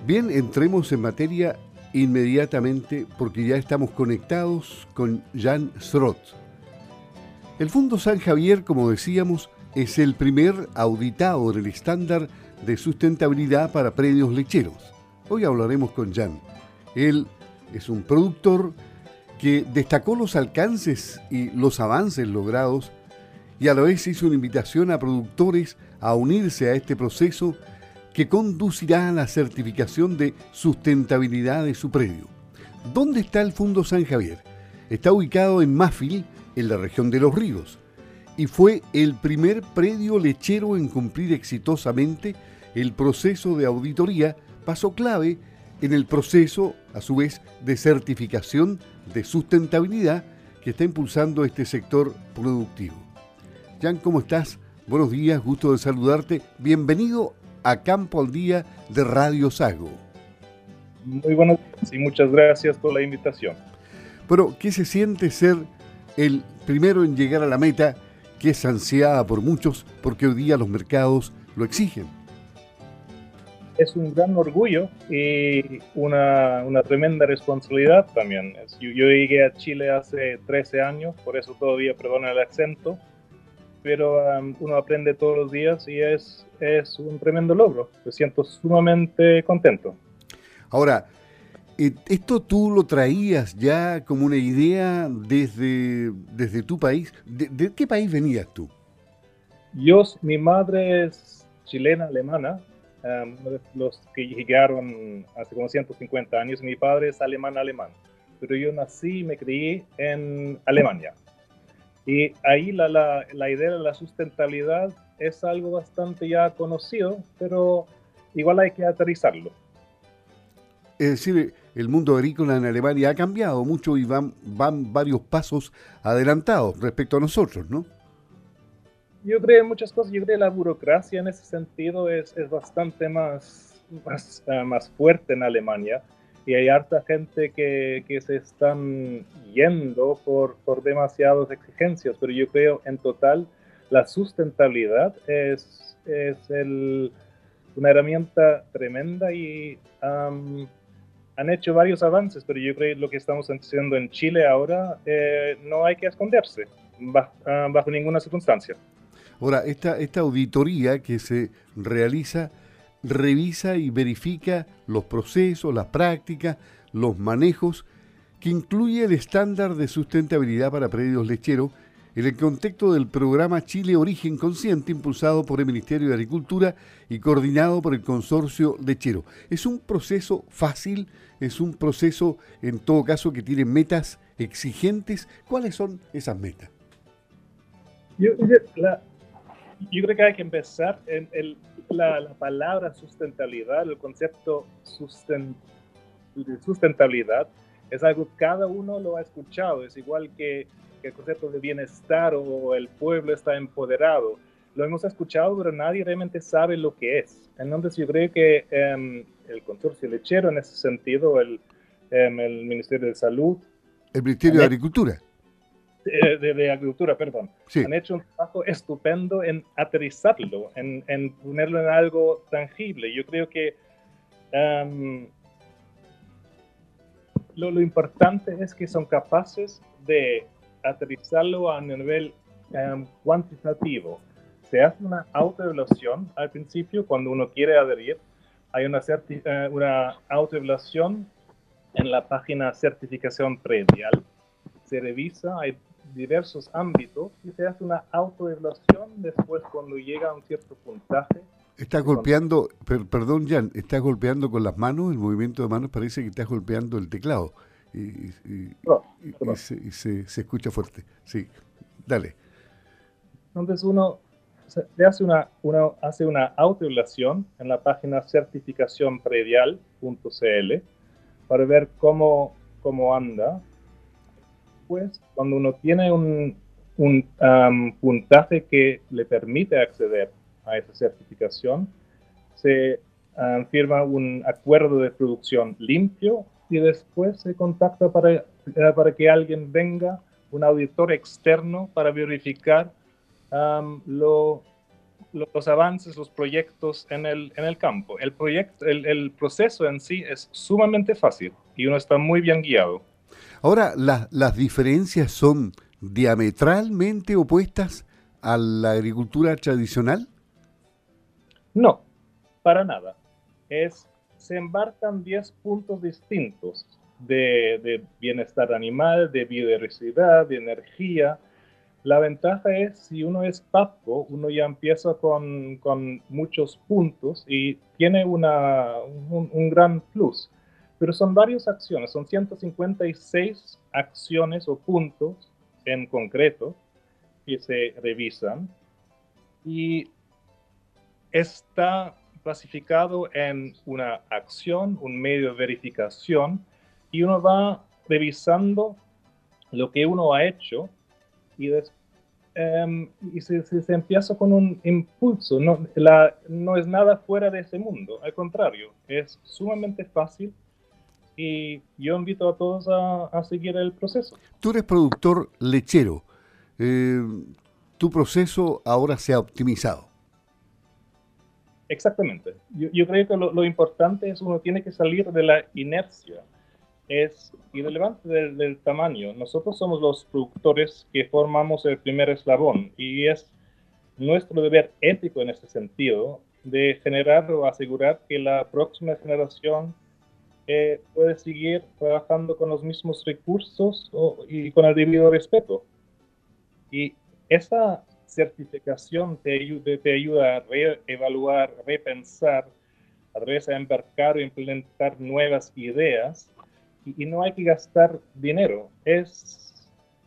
Bien, entremos en materia inmediatamente porque ya estamos conectados con Jan Sroot. El Fondo San Javier, como decíamos, es el primer auditado del estándar de sustentabilidad para predios lecheros. Hoy hablaremos con Jan. Él es un productor que destacó los alcances y los avances logrados y a la vez hizo una invitación a productores a unirse a este proceso que conducirá a la certificación de sustentabilidad de su predio. ¿Dónde está el Fondo San Javier? Está ubicado en Mafil, en la región de Los Ríos, y fue el primer predio lechero en cumplir exitosamente el proceso de auditoría, paso clave en el proceso, a su vez, de certificación de sustentabilidad que está impulsando este sector productivo. Jan, ¿cómo estás? Buenos días, gusto de saludarte. Bienvenido a Campo al Día de Radio Sago. Muy buenos días y muchas gracias por la invitación. Bueno, ¿qué se siente ser el primero en llegar a la meta que es ansiada por muchos porque hoy día los mercados lo exigen? Es un gran orgullo y una tremenda responsabilidad también. Yo llegué a Chile hace 13 años, por eso todavía perdona el acento, pero uno aprende todos los días y es un tremendo logro. Me siento sumamente contento. Ahora, ¿esto tú lo traías ya como una idea desde tu país? ¿De qué país venías tú? Mi madre es chilena, alemana, los que llegaron hace como 150 años. Mi padre es alemán, pero yo nací y me crié en Alemania. Y ahí la idea de la sustentabilidad es algo bastante ya conocido, pero igual hay que aterrizarlo. Es decir, el mundo agrícola en Alemania ha cambiado mucho y van varios pasos adelantados respecto a nosotros, ¿no? Yo creo en muchas cosas. Yo creo que la burocracia en ese sentido es bastante más fuerte en Alemania. Y hay harta gente que se están yendo por demasiadas exigencias. Pero yo creo en total la sustentabilidad es una herramienta tremenda y han hecho varios avances, pero yo creo que lo que estamos haciendo en Chile ahora no hay que esconderse bajo ninguna circunstancia. Ahora, esta auditoría que se realiza, revisa y verifica los procesos, las prácticas, los manejos, que incluye el estándar de sustentabilidad para predios lecheros en el contexto del programa Chile Origen Consciente, impulsado por el Ministerio de Agricultura y coordinado por el Consorcio Lechero. ¿Es un proceso fácil? ¿Es un proceso, en todo caso, que tiene metas exigentes? ¿Cuáles son esas metas? Yo creo que hay que empezar en la palabra sustentabilidad. El concepto de sustentabilidad es algo que cada uno lo ha escuchado. Es igual que el concepto de bienestar o el pueblo está empoderado. Lo hemos escuchado, pero nadie realmente sabe lo que es. Entonces yo creo que el Consorcio Lechero, en ese sentido, el Ministerio de Salud... El Ministerio de Agricultura. De Agricultura, perdón. Sí. Han hecho un trabajo estupendo en aterrizarlo, en ponerlo en algo tangible. Yo creo que lo importante es que son capaces de aterrizarlo a nivel cuantitativo. Se hace una autoevaluación al principio cuando uno quiere adherir. Hay una autoevaluación en la página certificación predial. Se revisa, hay diversos ámbitos y se hace una autoevaluación después cuando llega a un cierto puntaje. Estás golpeando, perdón Jan, estás golpeando con las manos, el movimiento de manos parece que estás golpeando el teclado y se escucha fuerte. Sí, dale. Entonces uno hace una autoevaluación en la página certificacionpredial.cl para ver cómo anda. Pues cuando uno tiene un puntaje que le permite acceder a esa certificación, se firma un acuerdo de producción limpio y después se contacta para que alguien venga, un auditor externo, para verificar los avances, los proyectos en el campo. El proceso en sí es sumamente fácil y uno está muy bien guiado. Ahora, las diferencias son diametralmente opuestas a la agricultura tradicional. No, para nada. Se embarcan 10 puntos distintos de bienestar animal, de biodiversidad, de energía. La ventaja es, si uno es PAPCO, uno ya empieza con muchos puntos y tiene un gran plus. Pero son varias acciones, son 156 acciones o puntos en concreto que se revisan y está clasificado en una acción, un medio de verificación, y uno va revisando lo que uno ha hecho y, se empieza con un impulso. No es nada fuera de ese mundo, al contrario, es sumamente fácil y yo invito a todos a seguir el proceso. Tú eres productor lechero. Eh, Tu proceso ahora se ha optimizado. Exactamente. Yo creo que lo importante es uno tiene que salir de la inercia. Es irrelevante del tamaño. Nosotros somos los productores que formamos el primer eslabón y es nuestro deber ético en este sentido de generar o asegurar que la próxima generación puede seguir trabajando con los mismos recursos y con el debido respeto. Y esa certificación te ayuda a reevaluar, repensar, a través a embarcar o implementar nuevas ideas y no hay que gastar dinero, es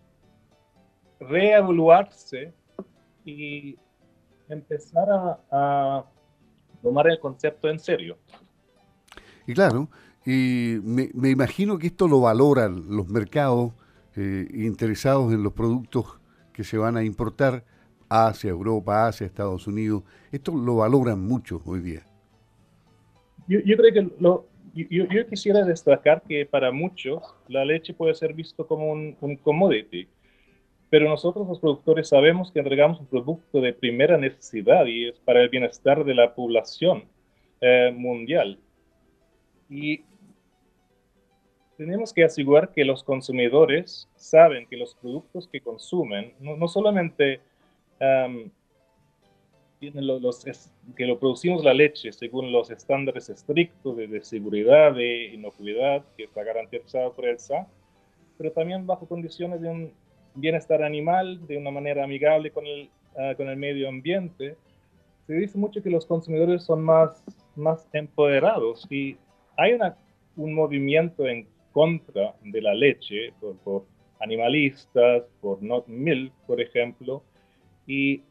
reevaluarse y empezar a tomar el concepto en serio. Y claro, me imagino que esto lo valoran los mercados interesados en los productos que se van a importar hacia Europa, hacia Estados Unidos. Esto lo valoran mucho hoy día. Yo creo que yo quisiera destacar que para muchos la leche puede ser visto como un commodity, pero nosotros los productores sabemos que entregamos un producto de primera necesidad y es para el bienestar de la población mundial. Y tenemos que asegurar que los consumidores saben que los productos que consumen no solamente um, tienen que lo producimos la leche según los estándares estrictos de seguridad, de inocuidad, que está garantizado por el SA, pero también bajo condiciones de un bienestar animal, de una manera amigable con el medio ambiente. Se dice mucho que los consumidores son más empoderados y hay un movimiento en contra de la leche por animalistas, por Not Milk, por ejemplo, y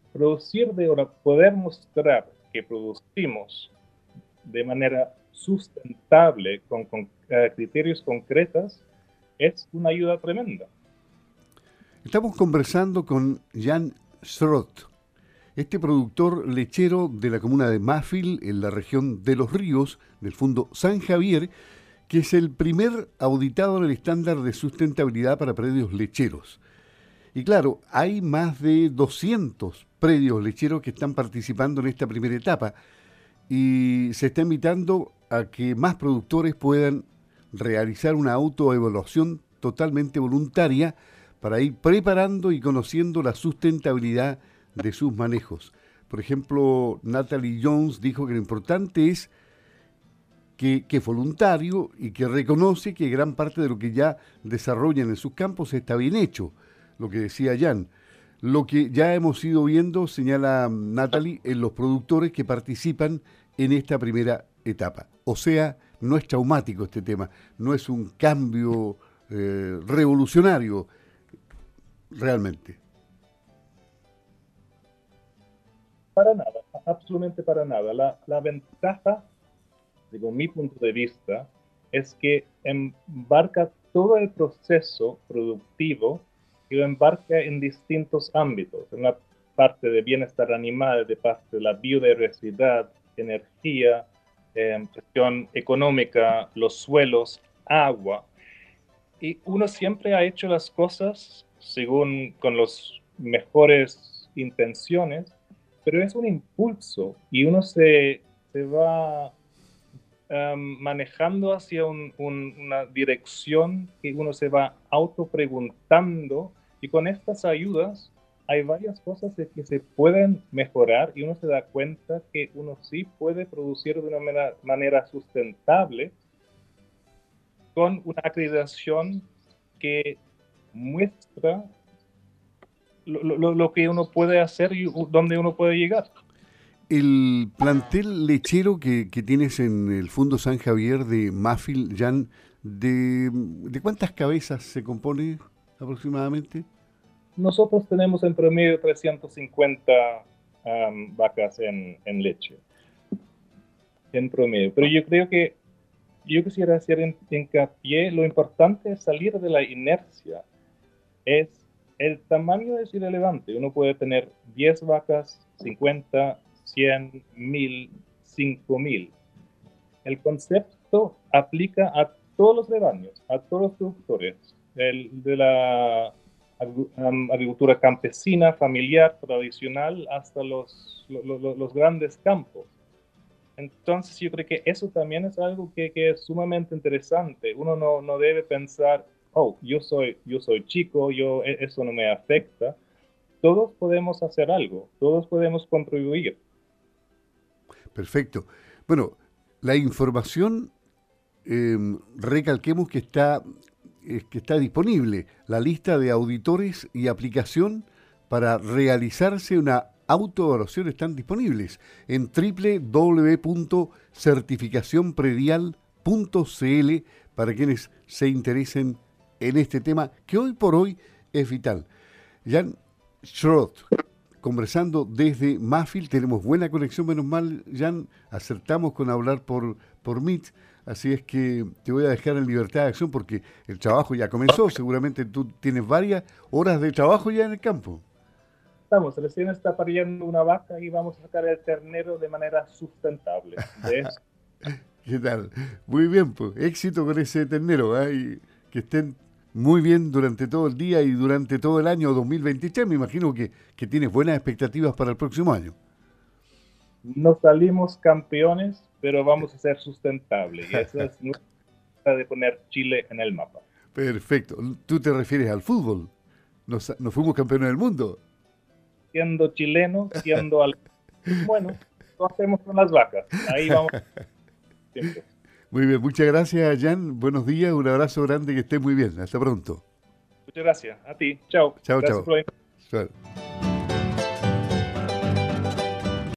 poder mostrar que producimos de manera sustentable con criterios concretos es una ayuda tremenda. Estamos conversando con Jan Sroth, este productor lechero de la comuna de Mafil, en la región de Los Ríos, del Fondo San Javier, que es el primer auditado en el estándar de sustentabilidad para predios lecheros. Y claro, hay más de 200 predios lecheros que están participando en esta primera etapa y se está invitando a que más productores puedan realizar una autoevaluación totalmente voluntaria para ir preparando y conociendo la sustentabilidad de sus manejos. Por ejemplo, Natalie Jones dijo que lo importante es que es voluntario y que reconoce que gran parte de lo que ya desarrollan en sus campos está bien hecho, lo que decía Jan. Lo que ya hemos ido viendo, señala Natalie, en los productores que participan en esta primera etapa. O sea, no es traumático este tema, no es un cambio revolucionario realmente. Para nada, absolutamente para nada. La ventaja, según mi punto de vista, es que embarca todo el proceso productivo y lo embarca en distintos ámbitos, en la parte de bienestar animal, de parte de la biodiversidad, energía, gestión económica, los suelos, agua. Y uno siempre ha hecho las cosas según con las mejores intenciones, pero es un impulso y uno se va manejando hacia una dirección que uno se va autopreguntando, y con estas ayudas hay varias cosas que se pueden mejorar y uno se da cuenta que uno sí puede producir de una manera sustentable con una acreditación que muestra lo que uno puede hacer y dónde uno puede llegar. El plantel lechero que tienes en el Fondo San Javier de Mafil, Jan, ¿de cuántas cabezas se compone aproximadamente? Nosotros tenemos en promedio 350 vacas en leche, en promedio. Pero yo creo que yo quisiera hacer hincapié, lo importante es salir de la inercia. El tamaño es irrelevante. Uno puede tener 10 vacas, 50, 100, 1000, 5000. El concepto aplica a todos los rebaños, a todos los productores, de la agricultura campesina, familiar, tradicional, hasta los grandes campos. Entonces yo creo que eso también es algo que es sumamente interesante. Uno no debe pensar, oh, yo soy chico, eso no me afecta. Todos podemos hacer algo, todos podemos contribuir. Perfecto. Bueno, la información, recalquemos que está disponible la lista de auditores y aplicación para realizarse una autoevaluación están disponibles en www.certificacionpredial.cl para quienes se interesen en este tema que hoy por hoy es vital. Jan Schroth, conversando desde Mafil, tenemos buena conexión, menos mal, Jan, acertamos con hablar por Meet, así es que te voy a dejar en libertad de acción porque el trabajo ya comenzó, seguramente tú tienes varias horas de trabajo ya en el campo. Recién está pariendo una vaca y vamos a sacar el ternero de manera sustentable. De eso. ¿Qué tal? Muy bien, pues, éxito con ese ternero, ¿eh? Y que estén muy bien durante todo el día y durante todo el año 2023. Me imagino que tienes buenas expectativas para el próximo año. No salimos campeones, pero vamos a ser sustentables. Y esa es nuestra de poner Chile en el mapa. Perfecto. ¿Tú te refieres al fútbol? Nos fuimos campeones del mundo. Siendo chileno, siendo al... Bueno, lo hacemos con las vacas. Ahí vamos. Siempre. Muy bien, muchas gracias, Jan. Buenos días, un abrazo grande, que estés muy bien. Hasta pronto. Muchas gracias. A ti. Chao. Chao, Gracias chao. por la... Chao.